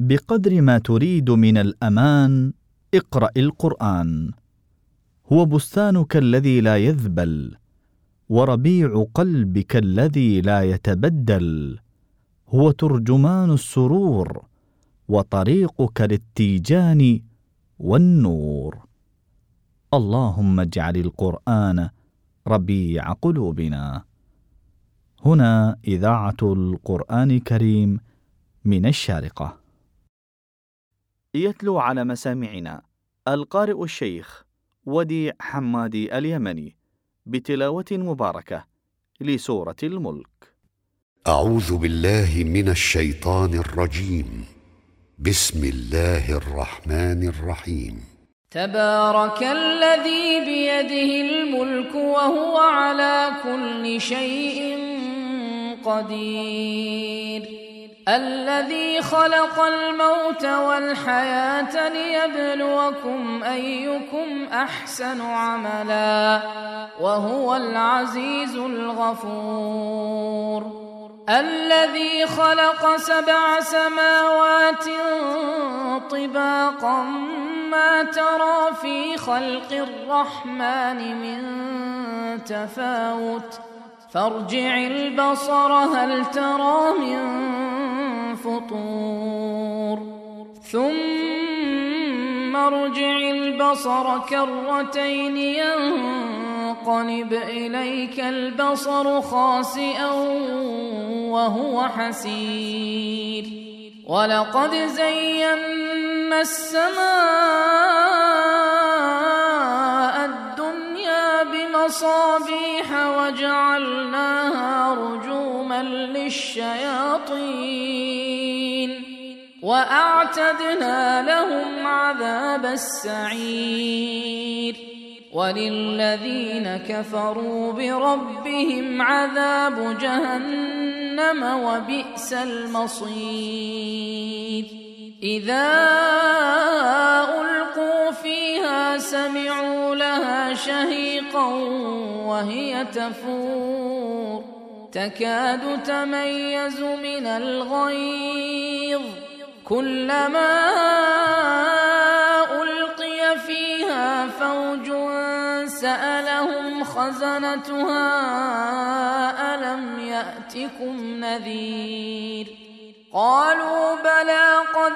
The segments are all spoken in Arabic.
بقدر ما تريد من الأمان اقرأ القرآن. هو بستانك الذي لا يذبل، وربيع قلبك الذي لا يتبدل. هو ترجمان السرور، وطريقك للتيجان والنور. اللهم اجعل القرآن ربيع قلوبنا. هنا إذاعة القرآن الكريم من الشارقة. يتلو على مسامعنا القارئ الشيخ وديع حمادي اليمني بتلاوة مباركة لسورة الملك. أعوذ بالله من الشيطان الرجيم. بسم الله الرحمن الرحيم. تبارك الذي بيده الملك وهو على كل شيء قدير. الذي خلق الموت والحياة ليبلوكم أيكم أحسن عملا وهو العزيز الغفور. الذي خلق 7 سماوات طباقا ما ترى في خلق الرحمن من تفاوت فارجع البصر هل ترى من فطور ثم ارجع البصر كرتين ينقلب إليك البصر خاسئا وهو حسير. ولقد زينا السماء الدنيا بمصابيح وجعلناها رجوما للشياطين وأعتدنا لهم عذاب السعير. وللذين كفروا بربهم عذاب جهنم وبئس المصير. إذا ألقوا فيها سمعوا لها شهيقا وهي تفور تكاد تميز من الغيظ كلما ألقي فيها فوج سألهم خزنتها ألم يأتكم نذير قالوا بلى قد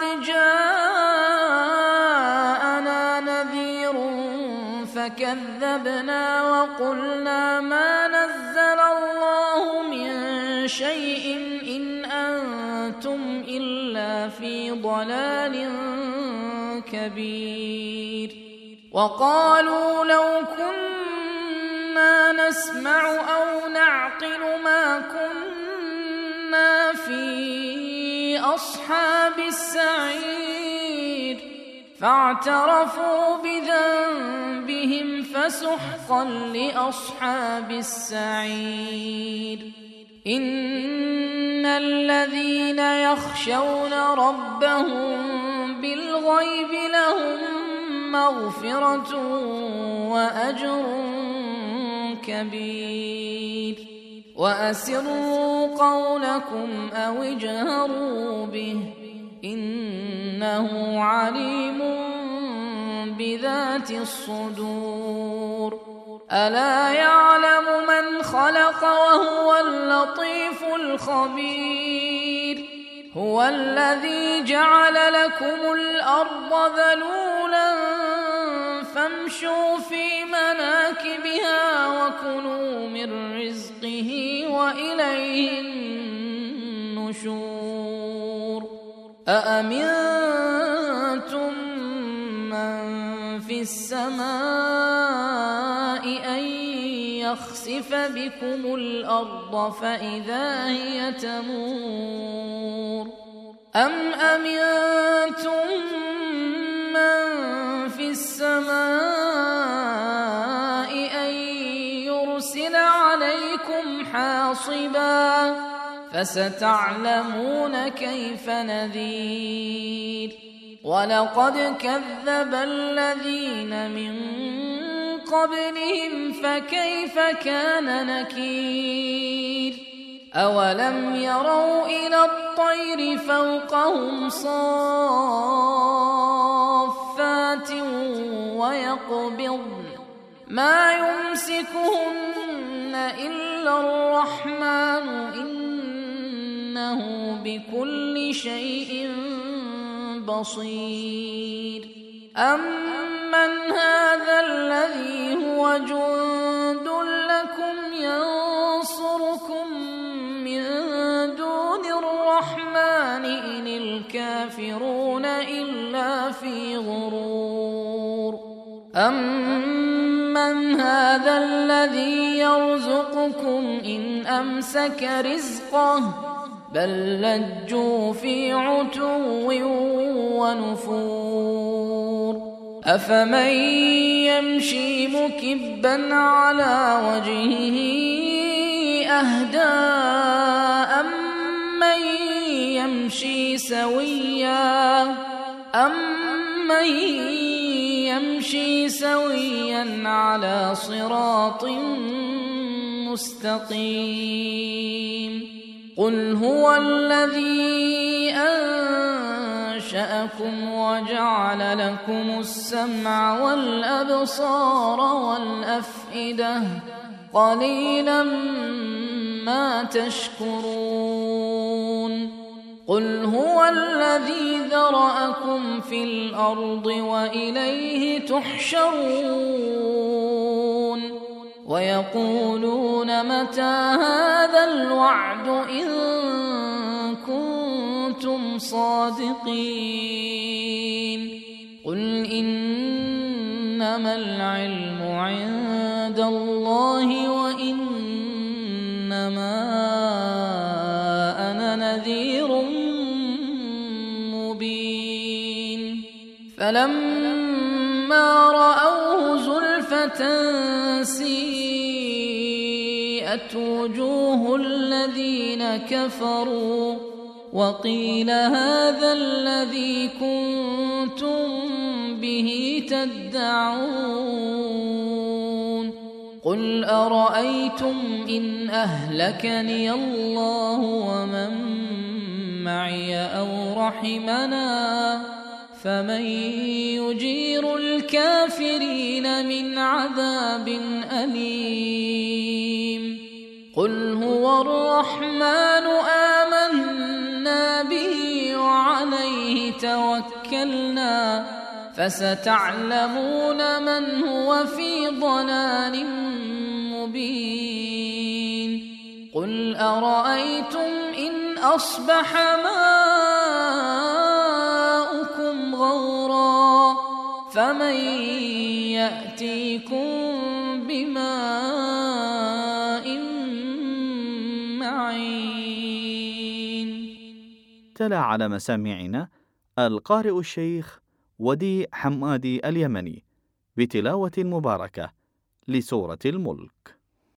جاءنا نذير فكذبنا وقلنا ما نزل الله من شيء إن أنتم إلا في ضلال كبير. وقالوا لو كنا نسمع أو نعقل ما كنا في أصحاب السعير فاعترفوا بذنبهم فسحقا لأصحاب السعير. إن الذين يخشون ربهم بالغيب لهم مغفرة وأجر كبير. وأسروا قولكم أو اجهروا به إنه عليم بذات الصدور. ألا يعلم من خلق وهو اللطيف الخبير. هو الذي جعل لكم الأرض ذلولا فامشوا في مناكبها وكلوا من رزقه وإليه النشور. أأمنتم من في السماء أن يخسف بكم الأرض فإذا هي تمور أم أمنتم من في السماء أن يرسل عليكم حاصبا فستعلمون كيف نذير. ولقد كذب الذين من قبلهم فكيف كان نكير. أولم يروا إلى الطير فوقهم صافات ويقبضن ما يمسكهن إلا الرحمن إنه بكل شيء بصير أمن هذا الذي هو جند لكم ينصركم من دون الرحمن إن الكافرون إلا في غرور أمن هذا الذي يرزقكم إن أمسك رزقه بل لجوا في عتو ونفور أفمن يمشي مكبا على وجهه أهدى أمن يمشي سويا على صراط مستقيم قل هو الذي أنشأكم وجعل لكم السمع والأبصار والأفئدة قليلا ما تشكرون قل هو الذي ذرأكم في الأرض وإليه تحشرون ويقولون متى هذا الوعد إن كنتم صادقين قل إنما العلم عند الله وإنما أنا نذير مبين فلما رأوه زلفة سيئت وجوه الذين كفروا وقيل هذا الذي كنتم به تدعون قل أرأيتم إن أهلكني الله ومن معي أو رحمنا فمن يجير الكافرين من عذاب أليم قل هو الرحمن آمنا به وعليه توكلنا فستعلمون من هو في ضلال مبين قل أرأيتم إن أصبح ماؤكم غورا فمن يأتيكم بماء معين. تلا على مسامعنا القارئ الشيخ وديع حمادي اليمني بتلاوة مباركة لسورة الملك.